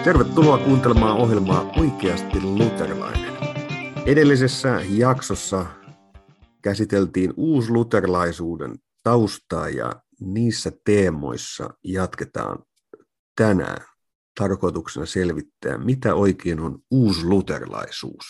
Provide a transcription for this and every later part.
Tervetuloa kuuntelemaan ohjelmaa Oikeasti luterilainen. Edellisessä jaksossa käsiteltiin uusluterilaisuuden taustaa ja niissä teemoissa jatketaan tänään tarkoituksena selvittää, mitä oikein on uusluterilaisuus.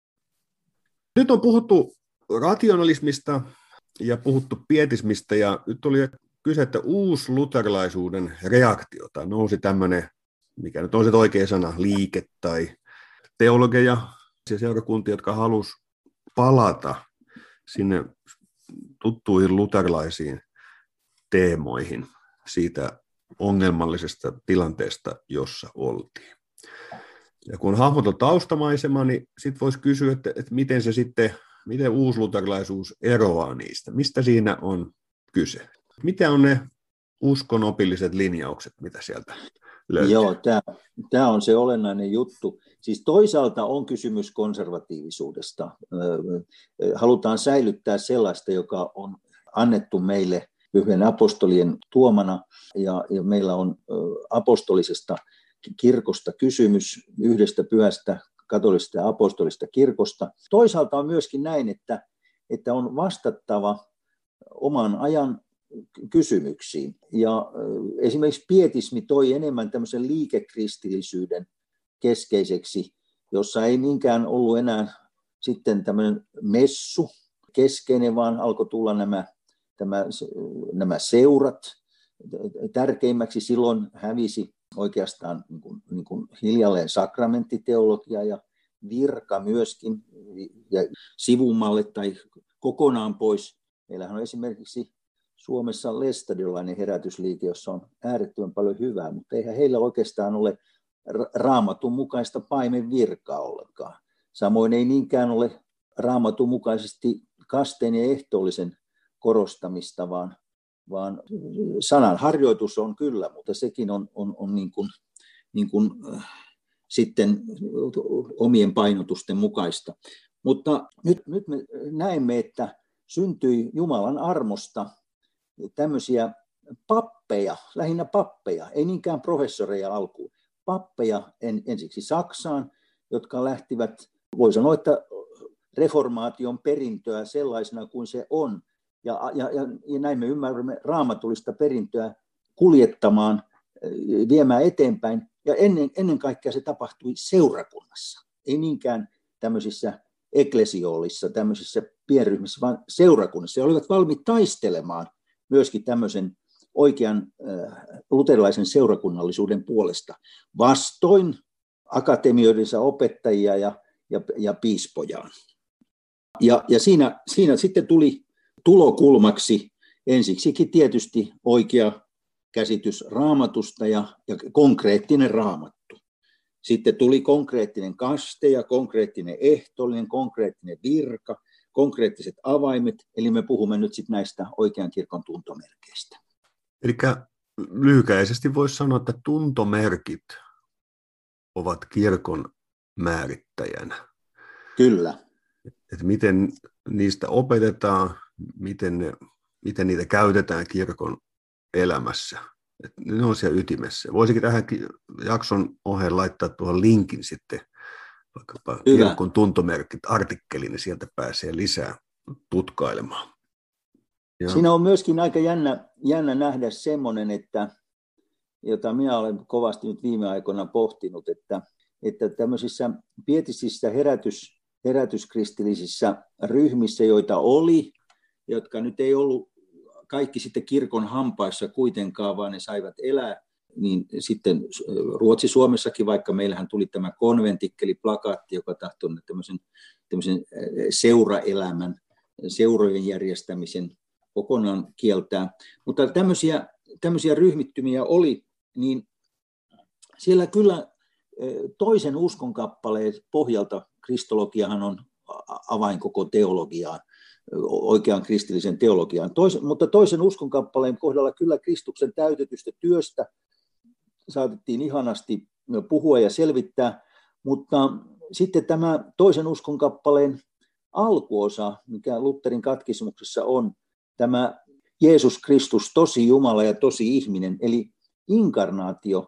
Nyt on puhuttu rationalismista ja puhuttu pietismistä ja nyt oli kyse, että uusluterilaisuuden reaktiota nousi tämmöinen, mikä nyt on se oikea sana, liike tai teologeja ja seurakuntia, jotka halusi palata sinne tuttuihin luterilaisiin teemoihin siitä ongelmallisesta tilanteesta, jossa oltiin. Ja kun hahmoton taustamaisema, niin sitten voisi kysyä, että miten uusluterilaisuus eroaa niistä? Mistä siinä on kyse? Mitä on ne uskonopilliset linjaukset, mitä sieltä löytyy? Joo, tämä on se olennainen juttu. Siis toisaalta on kysymys konservatiivisuudesta. Halutaan säilyttää sellaista, joka on annettu meille pyhien apostolien tuomana, ja meillä on apostolisesta kirkosta kysymys, yhdestä pyhästä katolisesta ja apostolista kirkosta. Toisaalta on myöskin näin, että on vastattava oman ajan kysymyksiin. Ja esimerkiksi pietismi toi enemmän tämmöisen liikekristillisyyden keskeiseksi, jossa ei niinkään ollut enää sitten tämmöinen messu keskeinen, vaan alkoi tulla nämä seurat. Tärkeimmäksi silloin hävisi oikeastaan niin kuin hiljalleen sakramenttiteologia ja virka myöskin ja sivummalle tai kokonaan pois. Meillähän on esimerkiksi Suomessa lestadiolainen herätysliike, jossa on äärettömän paljon hyvää, mutta eihän heillä oikeastaan ole Raamatun mukaista paimen virkaa ollenkaan. Samoin ei niinkään ole Raamatun mukaisesti kasteen ja ehtoollisen korostamista, vaan sanan harjoitus on kyllä, mutta sekin on niin kuin sitten omien painotusten mukaista. Mutta nyt me näemme, että syntyi Jumalan armosta tämmöisiä pappeja, lähinnä pappeja, ei niinkään professoreja alkuun, pappeja ensiksi Saksaan, jotka lähtivät, voi sanoa, että reformaation perintöä sellaisena kuin se on, ja näin me ymmärrämme raamatullista perintöä kuljettamaan, viemään eteenpäin, ja ennen kaikkea se tapahtui seurakunnassa, ei niinkään tämmöisissä eklesioolissa, tämmöisissä pienryhmissä, vaan seurakunnassa, ja olivat valmiit taistelemaan myöskin tämmöisen oikean luterilaisen seurakunnallisuuden puolesta vastoin akatemioidensa opettajia ja piispojaan. Ja siinä sitten tuli tulokulmaksi ensiksikin tietysti oikea käsitys raamatusta ja konkreettinen raamattu. Sitten tuli konkreettinen kaste ja konkreettinen ehtoollinen, konkreettinen virka, konkreettiset avaimet, eli me puhumme nyt sitten näistä oikean kirkon tuntomerkeistä. Eli lyhykäisesti voisi sanoa, että tuntomerkit ovat kirkon määrittäjänä. Kyllä. Että miten niistä opetetaan, miten niitä käytetään kirkon elämässä. Että ne on siellä ytimessä. Voisikin tähän jakson oheen laittaa tuohon linkin sitten, vaikkapa kirkon tuntomerkit artikkeli, niin sieltä pääsee lisää tutkailemaan. Ja siinä on myöskin aika jännä nähdä semmoinen, jota minä olen kovasti nyt viime aikoina pohtinut, että tämmöisissä pietisissä herätyskristillisissä ryhmissä, joita oli, jotka nyt ei ollut kaikki sitten kirkon hampaissa kuitenkaan, vaan ne saivat elää, niin sitten Ruotsi-Suomessakin, vaikka meillähän tuli tämä konventikkeli-plakaatti, joka tahtoi tämmöisen seuraelämän, seurojen järjestämisen kokonaan kieltää. Mutta tämmöisiä ryhmittymiä oli, niin siellä kyllä toisen uskonkappaleen pohjalta, kristologiahan on avain koko teologiaan, oikean kristillisen teologiaan, mutta toisen uskonkappaleen kohdalla kyllä Kristuksen täytetystä työstä saatettiin ihanasti puhua ja selvittää, mutta sitten tämä toisen uskonkappaleen alkuosa, mikä Lutherin katkismuksessa on, tämä Jeesus Kristus, tosi Jumala ja tosi ihminen, eli inkarnaatio,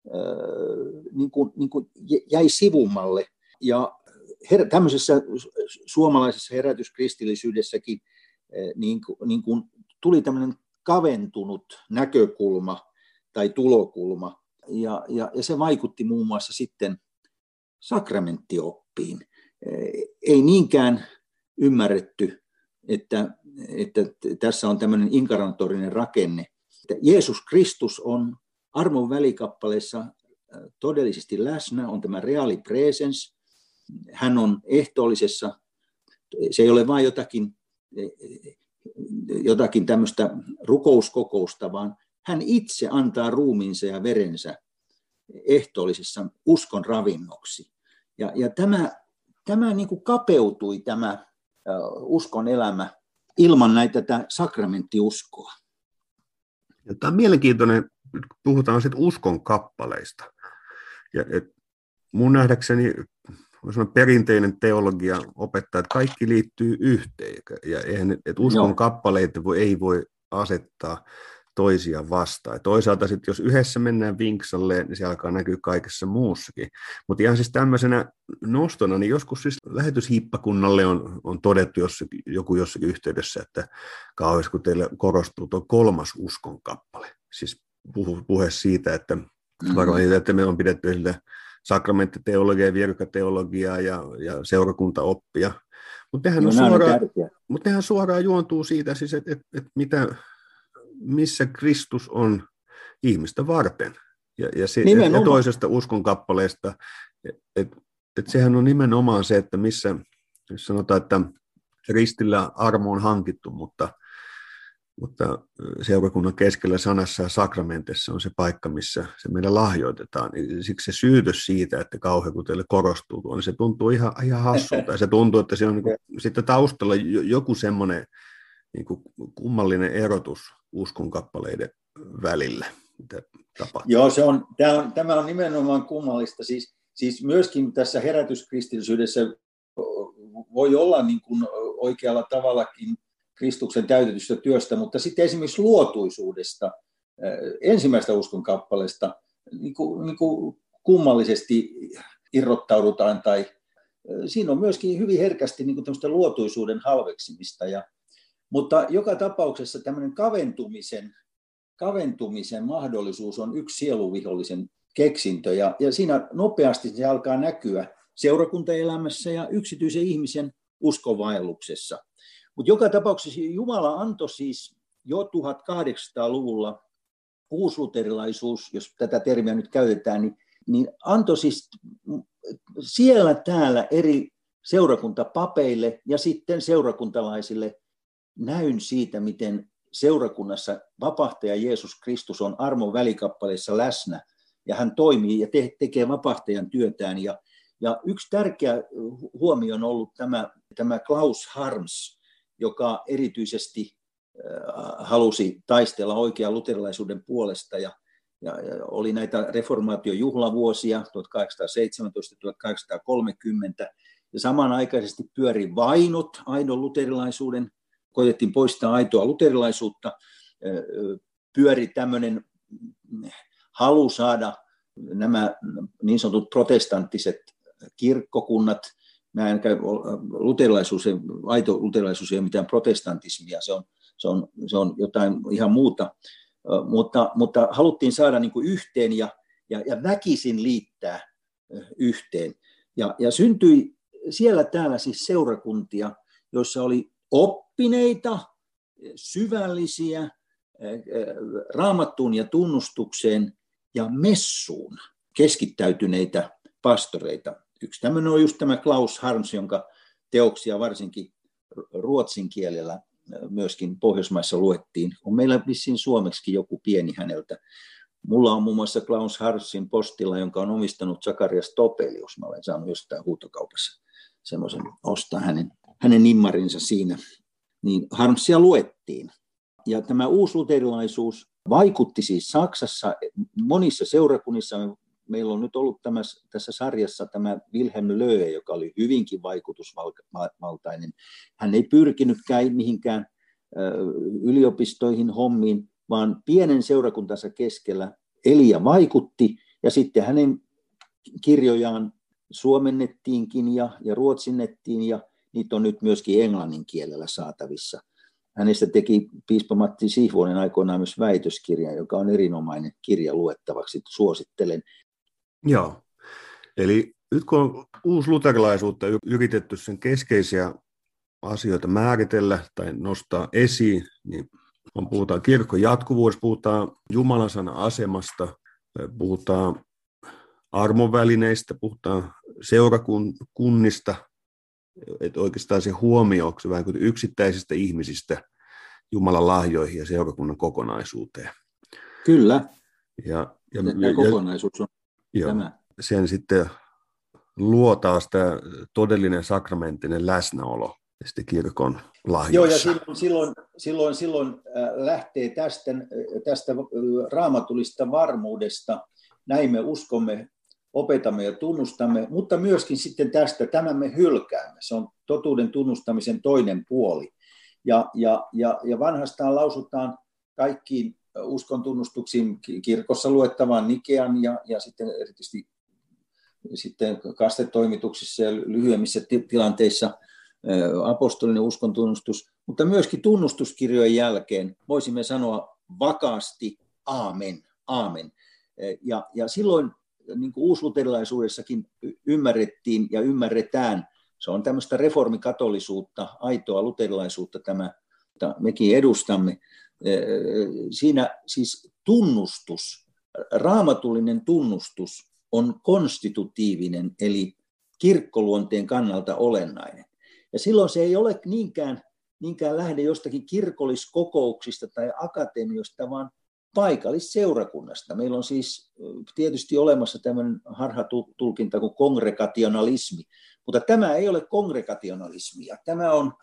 niin kuin jäi sivummalle. Ja tämmöisessä suomalaisessa herätyskristillisyydessäkin niin kuin tuli tämmöinen kaventunut näkökulma tai tulokulma, ja se vaikutti muun muassa sitten sakramenttioppiin. Ei niinkään ymmärretty, että tässä on tämmöinen inkarnatorinen rakenne. Että Jeesus Kristus on armon välikappaleessa todellisesti läsnä, on tämä reaali presens. Hän on ehtoollisessa, se ei ole vain jotakin tämmöistä rukouskokousta, vaan hän itse antaa ruumiinsa ja verensä ehtoollisessa uskon ravinnoksi. Ja tämä niin kuin kapeutui tämä uskon elämä ilman tätä sakramenttiuskoa. Ja tämä on mielenkiintoinen, puhutaan sitten uskon kappaleista. Ja mun nähdäkseni perinteinen teologia opettaa, että kaikki liittyy yhteen. Ja eihän, että uskon kappaleita ei voi asettaa toisia vastaan. Ja toisaalta sitten, jos yhdessä mennään vinksalleen, niin se alkaa näkyä kaikessa muussakin. Mutta ihan siis tämmöisenä nostona, niin joskus siis lähetyshiippakunnalle on todettu jossakin yhteydessä, että kauheasti kun teille korostuu tuo kolmas uskon kappale. Siis puhe siitä, että varmaan että me on pidetty esille sakramenttiteologiaa, virkateologiaa ja seurakuntaoppia. Mutta nehän suoraan juontuu siitä, siis, että missä Kristus on ihmistä varten. Ja toisesta uskonkappaleesta, että sehän on nimenomaan se, että missä sanotaan, että ristillä armo on hankittu, mutta seurakunnan keskellä sanassa ja sakramentissa on se paikka, missä se meille lahjoitetaan. Siksi se syytös siitä, että kauhean kun teille korostuu tuo, niin se tuntuu ihan hassulta. Ja se tuntuu, että se on niin kuin, sitten taustalla joku semmoinen niin kuin kummallinen erotus uskonkappaleiden välillä. Mitä tapahtuu? Joo, tämä on nimenomaan kummallista. Siis myöskin tässä herätyskristillisyydessä voi olla niin kuin oikealla tavallakin Kristuksen täytetystä työstä, mutta sitten esimerkiksi luotuisuudesta, ensimmäistä uskonkappaleesta, niin kuin kummallisesti irrottaudutaan, tai siinä on myöskin hyvin herkästi niin kuin tämmöistä luotuisuuden halveksimista. Mutta joka tapauksessa tämmöinen kaventumisen mahdollisuus on yksi sieluvihollisen keksintö, ja siinä nopeasti se alkaa näkyä seurakuntaelämässä ja yksityisen ihmisen uskonvaelluksessa. Mutta joka tapauksessa Jumala antoi siis jo 1800-luvulla, uusluterilaisuus, jos tätä termiä nyt käytetään, niin antoi siis siellä täällä eri seurakuntapapeille ja sitten seurakuntalaisille näyn siitä, miten seurakunnassa vapahtaja Jeesus Kristus on armon välikappaleissa läsnä, ja hän toimii ja tekee vapahtajan työtään. Ja yksi tärkeä huomio on ollut tämä Klaus Harms, joka erityisesti halusi taistella oikean luterilaisuuden puolesta, ja oli näitä reformaatiojuhlavuosia 1817-1830, ja samanaikaisesti pyöri vainot aidon luterilaisuuden, koetettiin poistaa aitoa luterilaisuutta, pyöri tämmöinen halu saada nämä niin sanotut protestanttiset kirkkokunnat. Mä en käy, aito luterilaisuus ei ole mitään protestantismia, se on jotain ihan muuta, mutta haluttiin saada niin kuin yhteen ja väkisin liittää yhteen. Ja syntyi siellä täällä siis seurakuntia, joissa oli oppineita, syvällisiä, raamattuun ja tunnustukseen ja messuun keskittäytyneitä pastoreita. Yksi tämmöinen on just tämä Klaus Harms, jonka teoksia varsinkin ruotsin kielellä myöskin Pohjoismaissa luettiin. On meillä vissiin suomeksikin joku pieni häneltä. Mulla on muun muassa Klaus Harmsin postilla, jonka on omistanut Sakarias Topelius. Mä olen saanut jostain huutokaupassa semmoisen ostaa hänen nimmarinsa siinä. Niin Harmsia luettiin. Ja tämä uusluterilaisuus vaikutti siis Saksassa monissa seurakunnissa. Meillä on nyt ollut tässä sarjassa tämä Wilhelm Löhe, joka oli hyvinkin vaikutusvaltainen. Hän ei pyrkinyt mihinkään yliopistoihin, hommiin, vaan pienen seurakuntansa keskellä eli ja vaikutti. Ja sitten hänen kirjojaan suomennettiinkin ja ruotsinnettiin, ja niitä on nyt myöskin englannin kielellä saatavissa. Hänestä teki piispa Matti Sihvonen aikoinaan myös väitöskirja, joka on erinomainen kirja luettavaksi, suosittelen. Joo, eli nyt kun on uusluterilaisuutta yritetty sen keskeisiä asioita määritellä tai nostaa esiin, niin puhutaan kirkon jatkuvuudesta, puhutaan Jumalan sanan asemasta, puhutaan armonvälineistä, puhutaan seurakunnista, että oikeastaan se huomio on vähän kuin yksittäisistä ihmisistä Jumalan lahjoihin ja seurakunnan kokonaisuuteen. Kyllä, ja kokonaisuus on tämä. Sen sitten luo taas tämä todellinen sakramenttinen läsnäolo sitten kirkon lahjoissa. Joo, ja silloin lähtee tästä raamatullista varmuudesta, näin me uskomme, opetamme ja tunnustamme, mutta myöskin sitten tämän me hylkäämme. Se on totuuden tunnustamisen toinen puoli. Ja vanhastaan lausutaan kaikkiin uskon tunnustuksiin kirkossa luettavaan Nikean ja sitten erityisesti sitten kastetoimituksissa ja lyhyemmissä tilanteissa apostolinen uskon tunnustus, mutta myöskin tunnustuskirjojen jälkeen voisimme sanoa vakaasti aamen, aamen. Ja silloin niin kuin uusluterilaisuudessakin ymmärrettiin ja ymmärretään, se on tämmöistä reformikatolisuutta, aitoa luterilaisuutta tämä, jota mekin edustamme. Siinä siis tunnustus, raamatullinen tunnustus on konstitutiivinen, eli kirkkoluonteen kannalta olennainen. Ja silloin se ei ole niinkään lähde jostakin kirkolliskokouksista tai akatemiosta, vaan paikallisseurakunnasta. Meillä on siis tietysti olemassa tämmöinen harhatulkinta kuin kongregationalismi, mutta tämä ei ole kongregationalismia. Tämä on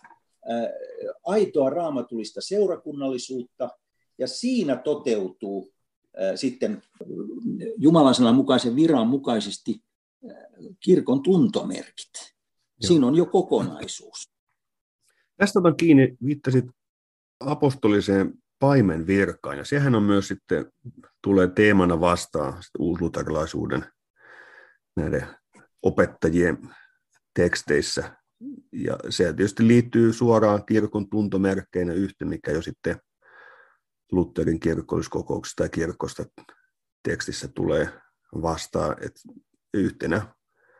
aitoa raamatullista seurakunnallisuutta, ja siinä toteutuu sitten Jumalan sanan mukaisen viran mukaisesti kirkon tuntomerkit. Siinä on jo kokonaisuus. Tästä otan kiinni, viittasit apostoliseen paimenvirkaan, ja sehän on myös sitten, tulee teemana vastaan uusluterilaisuuden näiden opettajien teksteissä, ja se tietysti liittyy suoraan kirkon tuntomerkkeinä yhteen, mikä jo sitten Lutherin kirkolliskokouksesta tai kirkosta tekstissä tulee vastaan, että yhtenä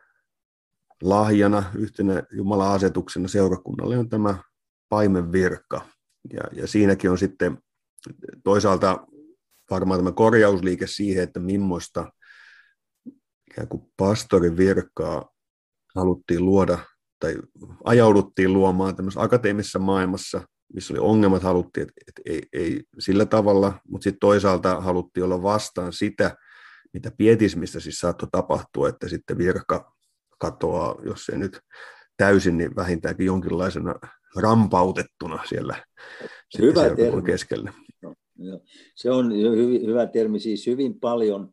lahjana, yhtenä Jumalan asetuksena seurakunnalle on tämä paimenvirkka. Ja siinäkin on sitten toisaalta varmaan tämä korjausliike siihen, että millaista ikään kuin pastorin virkaa haluttiin luoda tai ajauduttiin luomaan tämmöisessä akateemisessa maailmassa, missä oli ongelmat, haluttiin, että ei sillä tavalla, mutta sitten toisaalta haluttiin olla vastaan sitä, mitä pietismistä siis saattoi tapahtua, että sitten virka katoaa, jos ei nyt täysin, niin vähintäänkin jonkinlaisena rampautettuna siellä keskellä. No, se on hyvä termi, siis hyvin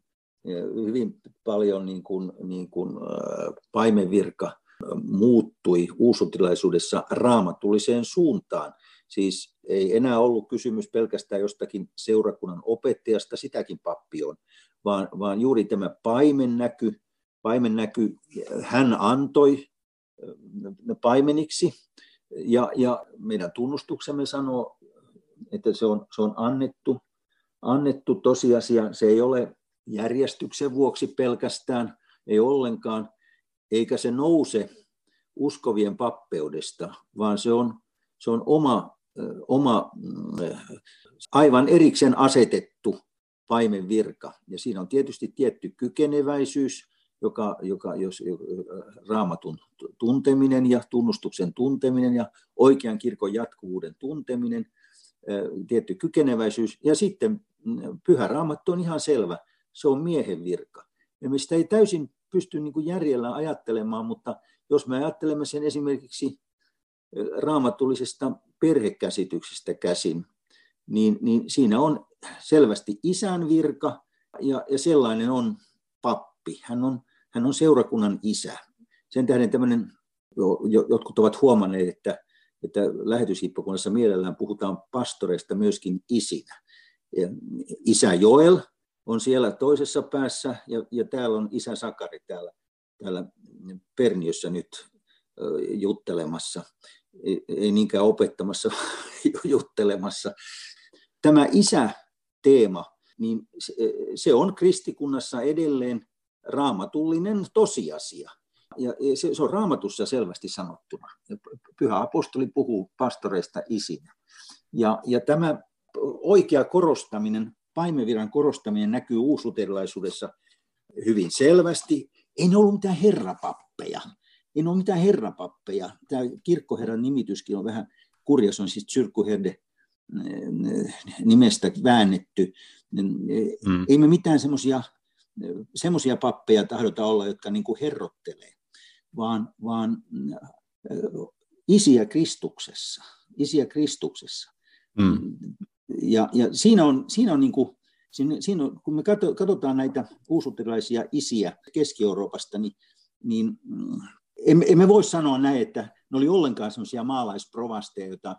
paljon niin kuin paimenvirka muuttui uusluterilaisuudessa raamatulliseen suuntaan. Siis ei enää ollut kysymys pelkästään jostakin seurakunnan opettajasta, sitäkin pappi on, vaan juuri tämä paimen näky, hän antoi paimeniksi, ja meidän tunnustuksemme sanoo, että se on annettu tosiasia, se ei ole järjestyksen vuoksi pelkästään, ei ollenkaan, eikä se nouse uskovien pappeudesta, vaan se on oma aivan erikseen asetettu paimenvirka. Ja siinä on tietysti tietty kykeneväisyys, joka jos raamatun tunteminen ja tunnustuksen tunteminen ja oikean kirkon jatkuvuuden tunteminen, tietty kykeneväisyys. Ja sitten pyhä raamattu on ihan selvä, se on miehen virka. Ja me sitä ei täysin pysty niin kuin järjellä ajattelemaan, mutta jos me ajattelemme sen esimerkiksi raamatullisesta perhekäsityksestä käsin, niin siinä on selvästi isän virka, ja sellainen on pappi. Hän on seurakunnan isä. Sen tähden jotkut ovat huomanneet, että lähetyshiippakunnassa mielellään puhutaan pastoreista myöskin isinä. Isä Joel on siellä toisessa päässä ja täällä on isä Sakari täällä Perniössä nyt juttelemassa. Ei niinkään opettamassa, juttelemassa. Tämä isä-teema, niin se on kristikunnassa edelleen raamatullinen tosiasia. Ja se on Raamatussa selvästi sanottuna. Pyhä apostoli puhuu pastoreista isinä. Ja tämä oikea korostaminen, paimenviran korostaminen näkyy uusluterilaisuudessa hyvin selvästi. Ei ne ollut mitään herrapappeja. Ei ne ole mitään herrapappeja. Tämä kirkkoherran nimityskin on vähän kurja, se on siis Tsyrkkuherde nimestä väännetty. Ei me mitään semmoisia pappeja tahdota olla, jotka niin kuin herrottelee, vaan isiä Kristuksessa. Isiä Kristuksessa. Ja siinä on niin kuin, kun me katsotaan näitä uusluterilaisia isiä Keski-Euroopasta, niin emme voi sanoa näin, että ne oli ollenkaan semmoisia maalaisprovasteja, joita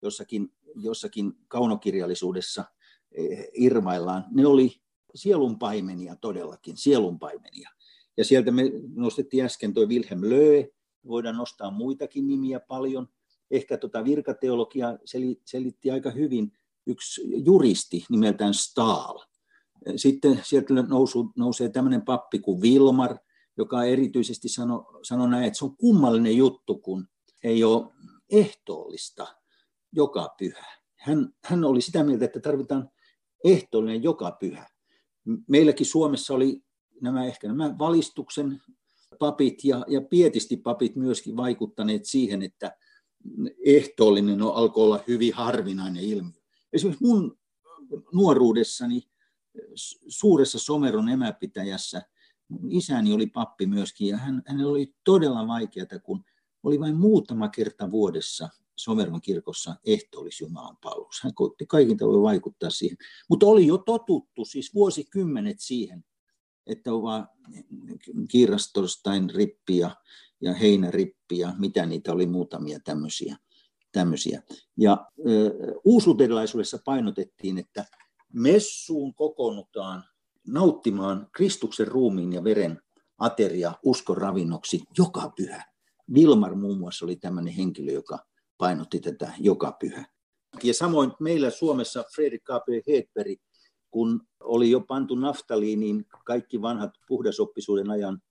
jossakin kaunokirjallisuudessa irvaillaan. Ne oli sielunpaimenia todellakin, sielunpaimenia. Ja sieltä me nostettiin äsken tuo Wilhelm Löhe, voidaan nostaa muitakin nimiä paljon. Ehkä virkateologiaa selitti aika hyvin yksi juristi nimeltään Stahl. Sitten sieltä nousee tämmöinen pappi kuin Wilmar, joka erityisesti sanoi näin, että se on kummallinen juttu, kun ei ole ehtoollista joka pyhä. Hän oli sitä mieltä, että tarvitaan ehtoollinen joka pyhä. Meilläkin Suomessa oli nämä valistuksen papit ja pietistipapit myöskin vaikuttaneet siihen, että ehtoollinen alkoi olla hyvin harvinainen ilmiö. Esimerkiksi mun nuoruudessani suuressa Someron emäpitäjässä isäni oli pappi myöskin, ja hänellä oli todella vaikeaa, kun oli vain muutama kerta vuodessa Someron kirkossa ehtoollisjumalan palvelus. Hän koitti kaikin tavoin vaikuttaa siihen. Mutta oli jo totuttu, siis vuosikymmenet siihen, että on vaan kiirastorstain rippi ja heinärippi ja mitä niitä oli, muutamia tämmöisiä. Ja uusluterilaisuudessa painotettiin, että messuun kokoonnutaan nauttimaan Kristuksen ruumiin ja veren ateria uskon ravinnoksi joka pyhä. Wilmar muun muassa oli tämmöinen henkilö, joka painotti tätä joka pyhä. Ja samoin meillä Suomessa Fredrik K.P. Hedberg, kun oli jo pantu naftaliiniin kaikki vanhat puhdasoppisuuden ajan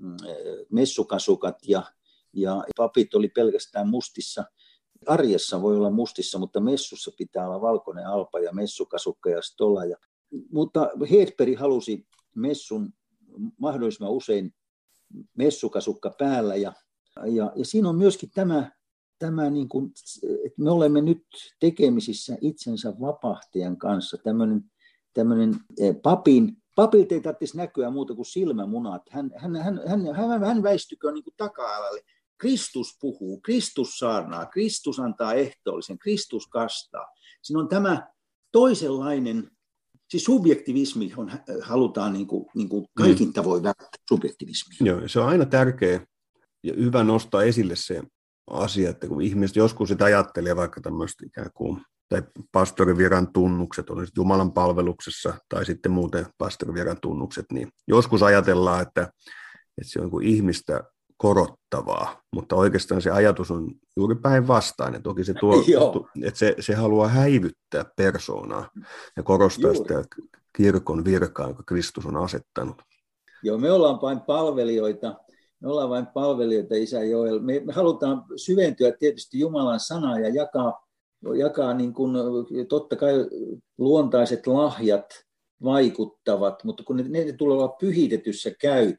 messukasukat ja papit oli pelkästään mustissa. Arjessa voi olla mustissa, mutta messussa pitää olla valkoinen alpa ja messukasukka ja stola. Mutta Hedberg halusi messun mahdollisimman usein messukasukka päällä ja siinä on myöskin tämä niin kuin, että me olemme nyt tekemisissä itsensä vapahtajan kanssa. Tämmöinen papilta ei tarvitsisi näkyä muuta kuin silmämunat. Hän väistykö niin kuin taka-alalle. Kristus puhuu, Kristus saarnaa, Kristus antaa ehtoollisen, Kristus kastaa. Siinä on tämä toisenlainen, siis subjektivismi halutaan niin kuin kaikin tavoin välttää subjektivismia. Joo, se on aina tärkeä ja hyvä nostaa esille se asia, että kun ihmiset joskus sitä ajattelee vaikka tämmöistä ikään kuin, tai pastoriviran tunnukset, on Jumalan palveluksessa tai sitten muuten pastoriviran tunnukset, niin joskus ajatellaan, että se on kuin ihmistä korottavaa, mutta oikeastaan se ajatus on juuri päinvastainen. Toki se että se haluaa häivyttää persoonaa ja korostaa sitä kirkon virkaa, jonka Kristus on asettanut. Joo, me ollaan vain palvelijoita, Isä Joel. Me halutaan syventyä tietysti Jumalan sanaa ja jakaa niin kuin, totta kai luontaiset lahjat vaikuttavat, mutta kun ne tulee olla pyhitetyssä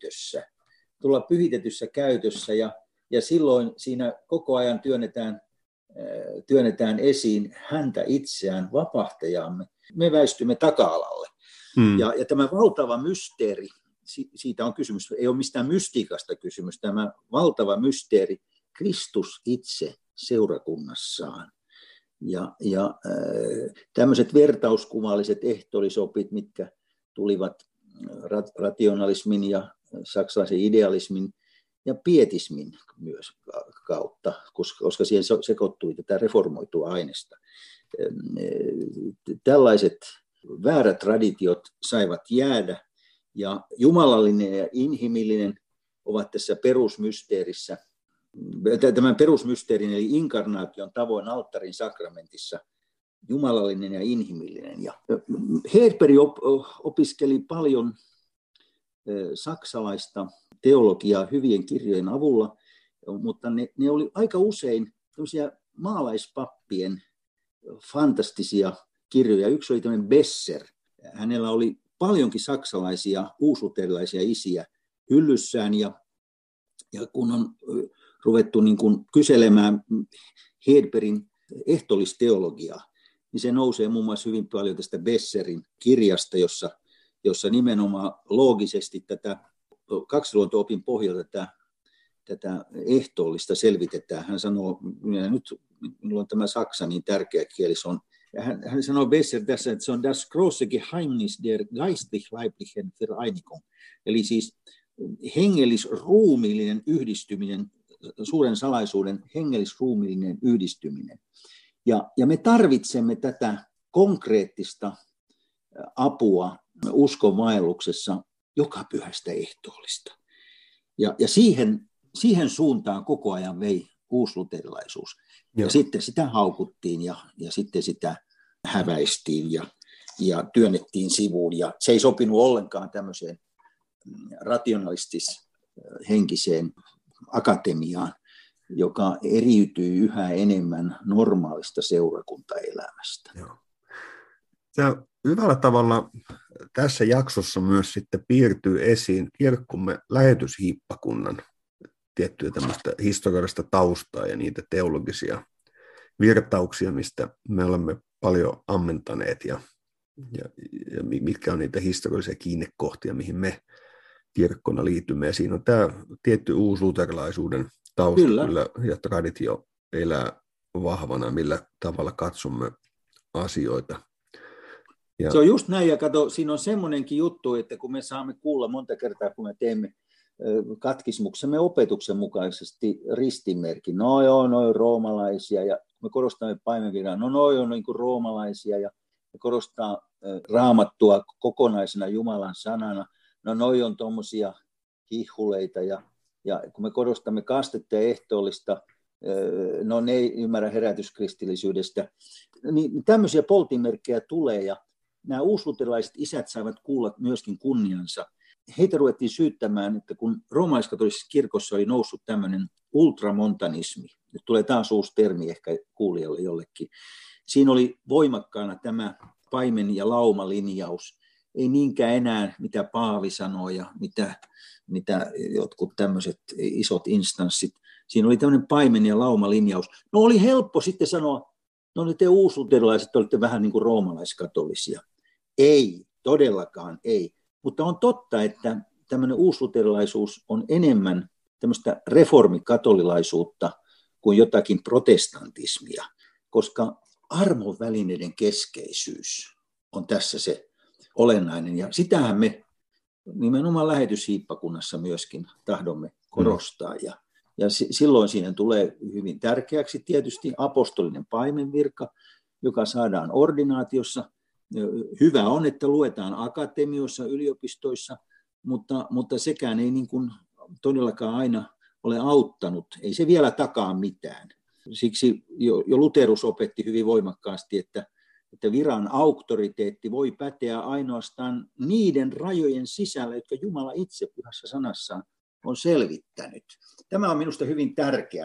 käytössä ja silloin siinä koko ajan työnnetään esiin häntä itseään, vapahtajaamme. Me väistymme taka-alalle. Ja tämä valtava mysteeri, siitä on kysymys, ei ole mistään mystiikasta kysymys, tämä valtava mysteeri, Kristus itse seurakunnassaan. Ja tämmöiset vertauskuvalliset ehtoollisopit, mitkä tulivat rationalismin ja saksalaisen idealismin ja pietismin myös kautta, koska siihen sekoittui tätä reformoitua aineesta. Tällaiset väärät traditiot saivat jäädä, ja jumalallinen ja inhimillinen ovat tässä perusmysteerissä. Tämän perusmysteerin eli inkarnaation tavoin alttarin sakramentissa jumalallinen ja inhimillinen. Ja Hedberg opiskeli paljon saksalaista teologiaa hyvien kirjojen avulla, mutta ne oli aika usein tämmöisiä maalaispappien fantastisia kirjoja. Yksi oli tämmöinen Besser. Hänellä oli paljonkin saksalaisia uusluterilaisia isiä hyllyssään, ja kun on ruvettu niin kuin kyselemään Hedbergin ehtoollisteologiaa, niin se nousee muun muassa hyvin paljon tästä Besserin kirjasta, jossa nimenomaan loogisesti tätä kaksiluonto-opin pohjalta tätä ehtoollista selvitetään. Hän sanoo, nyt minulla on tämä saksa niin tärkeä kieli, hän sanoo Besser tässä, että se on das große Geheimnis der geistlich-leiblichen Vereinigung, eli siis hengellis-ruumiillinen yhdistyminen, suuren salaisuuden hengellis-ruumiillinen yhdistyminen. Ja me tarvitsemme tätä konkreettista apua uskonvaelluksessa joka pyhästä ehtoollista. Ja siihen suuntaan koko ajan vei uusluterilaisuus. Ja sitten sitä haukuttiin ja sitten sitä häväistiin ja työnnettiin sivuun. Ja se ei sopinut ollenkaan tämmöiseen rationalistis-henkiseen akatemiaan, joka eriytyy yhä enemmän normaalista seurakuntaelämästä. Joo. Tämä hyvällä tavalla tässä jaksossa myös sitten piirtyy esiin kirkkomme lähetyshiippakunnan tiettyä tämmöistä historiallista taustaa ja niitä teologisia virtauksia, mistä me olemme paljon ammentaneet ja mitkä on niitä historiallisia kiinnekohtia, mihin me kirkkona liitymme. Ja siinä on tämä tietty uusluterilaisuuden tausta kyllä, ja traditio elää vahvana, millä tavalla katsomme asioita. Se on just näin, ja kato, siinä on semmoinenkin juttu, että kun me saamme kuulla monta kertaa, kun me teemme katkismuksemme opetuksen mukaisesti ristinmerkin, no joo, noi roomalaisia, ja me korostamme paimenvirraa, no noi on niin kuin roomalaisia, ja korostaa raamattua kokonaisena Jumalan sanana, no noi on tuommoisia hihuleita, ja kun me korostamme kastetta ja ehtoollista, no ne ei ymmärrä herätyskristillisyydestä, niin tämmöisiä poltinmerkkejä tulee, ja nämä uusluterilaiset isät saivat kuulla myöskin kunniansa. Heitä ruvettiin syyttämään, että kun roomalaiskatolisessa kirkossa oli noussut tämmöinen ultramontanismi, nyt tulee taas uusi termi ehkä kuulijalle jollekin, siinä oli voimakkaana tämä paimen- ja laumalinjaus, ei niinkään enää mitä Paavi sanoo ja mitä jotkut tämmöiset isot instanssit, siinä oli tämmöinen paimen- ja laumalinjaus. No oli helppo sitten sanoa, no te uusluterilaiset olette vähän niin kuin roomalaiskatolisia. Ei, todellakaan ei. Mutta on totta, että tämmöinen uusluterilaisuus on enemmän tämmöistä reformikatolilaisuutta kuin jotakin protestantismia, koska armon-välineiden keskeisyys on tässä se olennainen. Ja sitähän me nimenomaan lähetyshiippakunnassa myöskin tahdomme korostaa. Ja silloin siinä tulee hyvin tärkeäksi tietysti apostolinen paimenvirka, joka saadaan ordinaatiossa. Hyvä on, että luetaan akatemioissa, yliopistoissa, mutta sekään ei niin kuin todellakaan aina ole auttanut. Ei se vielä takaa mitään. Siksi jo Luterus opetti hyvin voimakkaasti, että viran auktoriteetti voi päteä ainoastaan niiden rajojen sisällä, jotka Jumala itse pyhässä sanassaan on selvittänyt. Tämä on minusta hyvin tärkeää,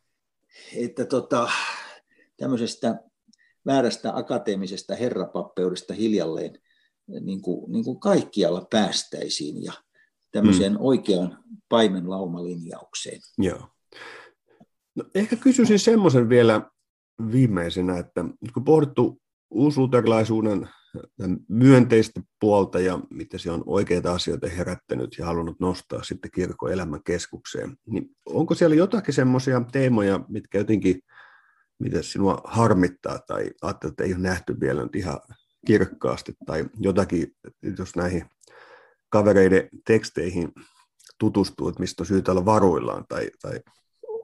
että tämmöisestä väärästä akateemisesta herrapappeudesta hiljalleen niin kuin kaikkialla päästäisiin ja tämmöiseen oikeaan paimenlaumalinjaukseen. Joo. No, ehkä kysyisin semmoisen vielä viimeisenä, että kun pohdittu uusluterilaisuuden myönteistä puolta ja miten se on oikeita asioita herättänyt ja halunnut nostaa sitten kirkon elämän keskukseen, niin onko siellä jotakin semmoisia teemoja, mitkä jotenkin, mitä sinua harmittaa tai ajattelet, että ei ole nähty vielä nyt ihan kirkkaasti tai jotakin, jos näihin kavereiden teksteihin tutustuu, että mistä on syytä olla varuillaan tai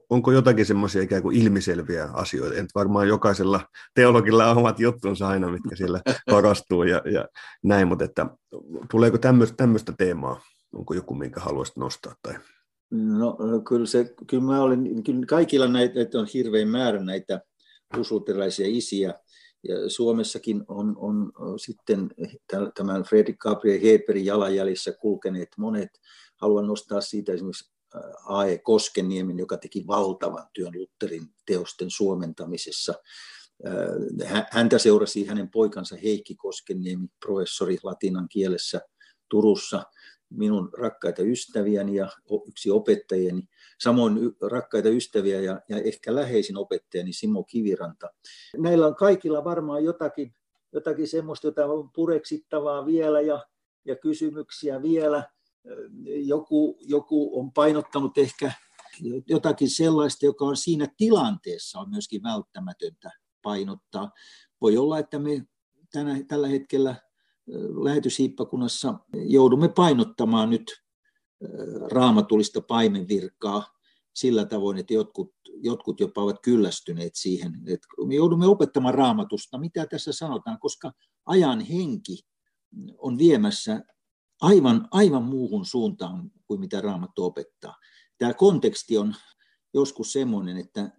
onko jotakin semmoisia ikään kuin ilmiselviä asioita? En varmaan jokaisella teologilla on omat juttunsa aina, mitkä siellä korostuu ja näin, mutta että, tuleeko tämmöistä teemaa? Onko joku, minkä haluaisit nostaa? Tai? No kyllä kaikilla näitä on hirveän määrä näitä uusluterilaisia isiä. Ja Suomessakin on sitten tämän Fredrik Gabriel Heberin jalanjäljissä kulkeneet monet. Haluan nostaa siitä esimerkiksi A.E. Koskenniemen, joka teki valtavan työn Lutherin teosten suomentamisessa. Häntä seurasi hänen poikansa Heikki Koskenniemi, professori latinan kielessä Turussa, minun rakkaita ystäviäni ja yksi opettajani. Samoin rakkaita ystäviä ja ehkä läheisin opettajani Simo Kiviranta. Näillä on kaikilla varmaan jotakin semmoista, jota on pureksittavaa vielä ja kysymyksiä vielä. Joku on painottanut ehkä jotakin sellaista, joka on siinä tilanteessa on myöskin välttämätöntä painottaa. Voi olla, että me tällä hetkellä lähetyshiippakunnassa joudumme painottamaan nyt raamatullista paimenvirkaa sillä tavoin, että jotkut jopa ovat kyllästyneet siihen. Että me joudumme opettamaan raamatusta, mitä tässä sanotaan, koska ajan henki on viemässä aivan muuhun suuntaan kuin mitä Raamattu opettaa. Tämä konteksti on joskus semmoinen, että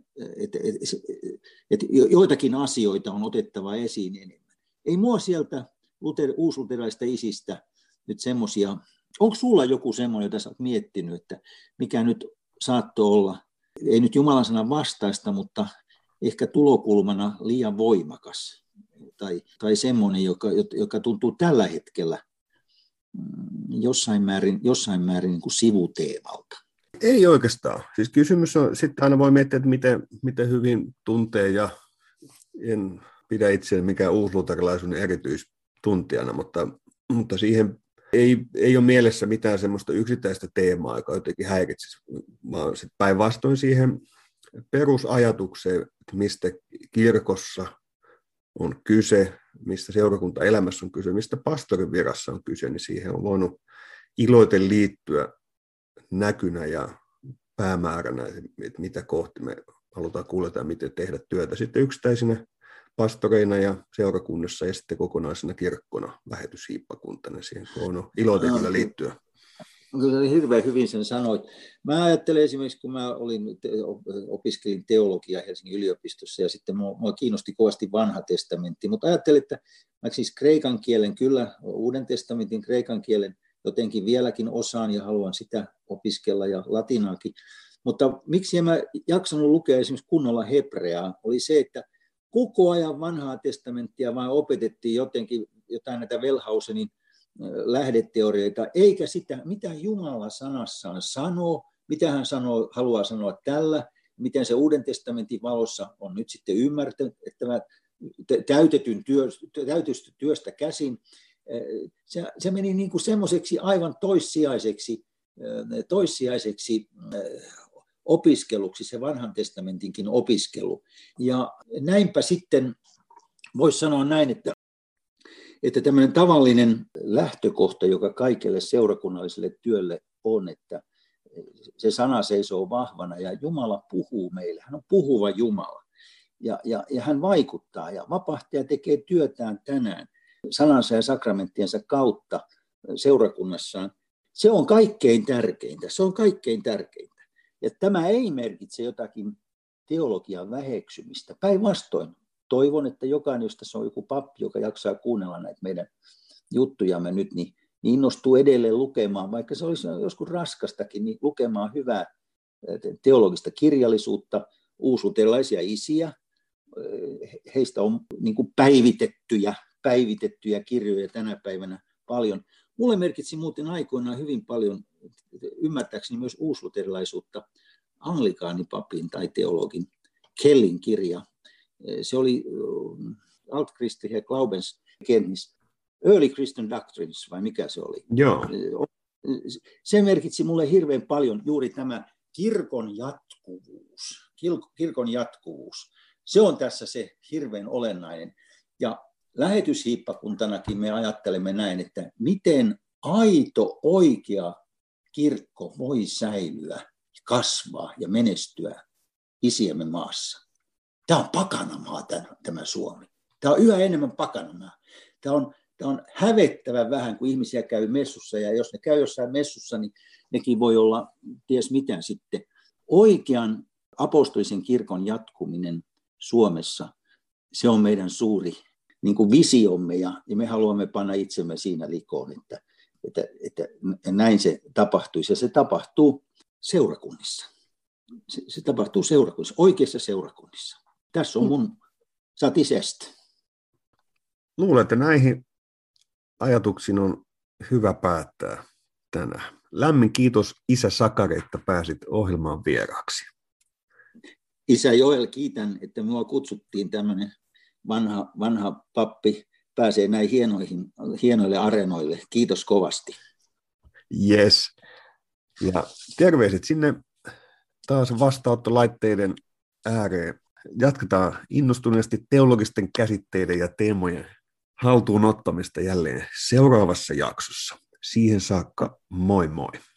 joitakin asioita on otettava esiin enemmän. Ei mua sieltä uusluterilaisista isistä nyt semmoisia, onko sulla joku semmoinen, jota sä oot miettinyt, että mikä nyt saattoi olla, ei nyt Jumalan sanan vastaista, mutta ehkä tulokulmana liian voimakas tai semmoinen, joka tuntuu tällä hetkellä jossain määrin niin kuin sivuteemalta. Ei oikeastaan. Siis kysymys on, sitten aina voi miettiä, että miten hyvin tuntee, ja en pidä itseäni mikään uusluterilaisuuden erityistuntijana, mutta siihen ei ole mielessä mitään semmoista yksittäistä teemaa, joka jotenkin häiritsisi, vaan päinvastoin siihen perusajatukseen, että mistä kirkossa on kyse, mistä seurakuntaelämässä on kyse, mistä pastorin virassa on kyse, niin siihen on voinut iloiten liittyä näkynä ja päämääränä, että mitä kohti me halutaan kuulla ja miten tehdä työtä sitten yksittäisinä pastoreina ja seurakunnassa ja sitten kokonaisena kirkkona, lähetyshiippakuntana. Siihen on iloiten kyllä liittyä. Kyllä hirveän hyvin sen sanoit. Mä ajattelen esimerkiksi, kun mä opiskelin teologiaa Helsingin yliopistossa ja sitten mua kiinnosti kovasti vanha testamentti, mutta ajattelin, että mä siis kreikan kielen kyllä, uuden testamentin kreikan kielen jotenkin vieläkin osaan ja haluan sitä opiskella ja latinaakin. Mutta miksi en mä jaksanut lukea esimerkiksi kunnolla hebreaa, oli se, että koko ajan vanhaa testamenttia vaan opetettiin jotain näitä Wellhausenin lähdeteorioita, eikä sitä, mitä Jumala sanassaan sanoo, mitä hän haluaa sanoa tällä, miten se Uuden testamentin valossa on nyt sitten ymmärrettävä täytetystä työstä käsin. Se meni niin kuin semmoiseksi aivan toissijaiseksi opiskeluksi, se vanhan testamentinkin opiskelu. Ja näinpä sitten voisi sanoa näin, että tämmöinen tavallinen lähtökohta, joka kaikelle seurakunnalliselle työlle on, että se sana seisoo vahvana ja Jumala puhuu meille. Hän on puhuva Jumala ja hän vaikuttaa ja vapahtaja tekee työtään tänään sanansa ja sakramenttiensa kautta seurakunnassaan. Se on kaikkein tärkeintä. Ja tämä ei merkitse jotakin teologian väheksymistä. Päinvastoin toivon, että jokainen, jos tässä on joku pappi, joka jaksaa kuunnella näitä meidän juttujamme nyt, niin innostuu edelleen lukemaan, vaikka se olisi joskus raskastakin, niin lukemaan hyvää teologista kirjallisuutta, uusluterilaisia isiä. Heistä on niin kuin päivitettyjä kirjoja tänä päivänä paljon. Mulle merkitsi muuten aikoinaan hyvin paljon, ymmärtääkseni myös uusluterilaisuutta, anglikaanipapin tai teologin Kellin kirja. Se oli Altchristliche Glaubensbekenntnis, Early Christian Doctrines, vai mikä se oli? Joo. Se merkitsi mulle hirveän paljon juuri tämä kirkon jatkuvuus. Se on tässä se hirveän olennainen. Ja lähetyshiippakuntanakin me ajattelemme näin, että miten aito, oikea kirkko voi säilyä, kasvaa ja menestyä isiemme maassa. Tämä on pakanamaa tämä Suomi. Tämä on yhä enemmän pakanamaa. Tämä on hävettävän vähän, kun ihmisiä käy messussa, ja jos ne käy jossain messussa, niin nekin voi olla ties miten sitten. Oikean apostolisen kirkon jatkuminen Suomessa, se on meidän suuri niin kuin visiomme, ja me haluamme panna itsemme siinä likoon, että näin se tapahtuisi, ja se tapahtuu seurakunnissa. Se tapahtuu seurakunnissa, oikeissa seurakunnissa. Tässä on mun satisesta. Luulen, että näihin ajatuksiin on hyvä päättää tänään. Lämmin kiitos Isä Sakari, että pääsit ohjelmaan vieraaksi. Isä Joel, kiitän, että minua kutsuttiin tämmöinen vanha pappi pääsee näin hienoille areenoille. Kiitos kovasti. Yes. Ja terveiset sinne taas vastaanottolaitteiden ääreen. Jatketaan innostuneesti teologisten käsitteiden ja teemojen haltuun ottamista jälleen seuraavassa jaksossa. Siihen saakka moi moi.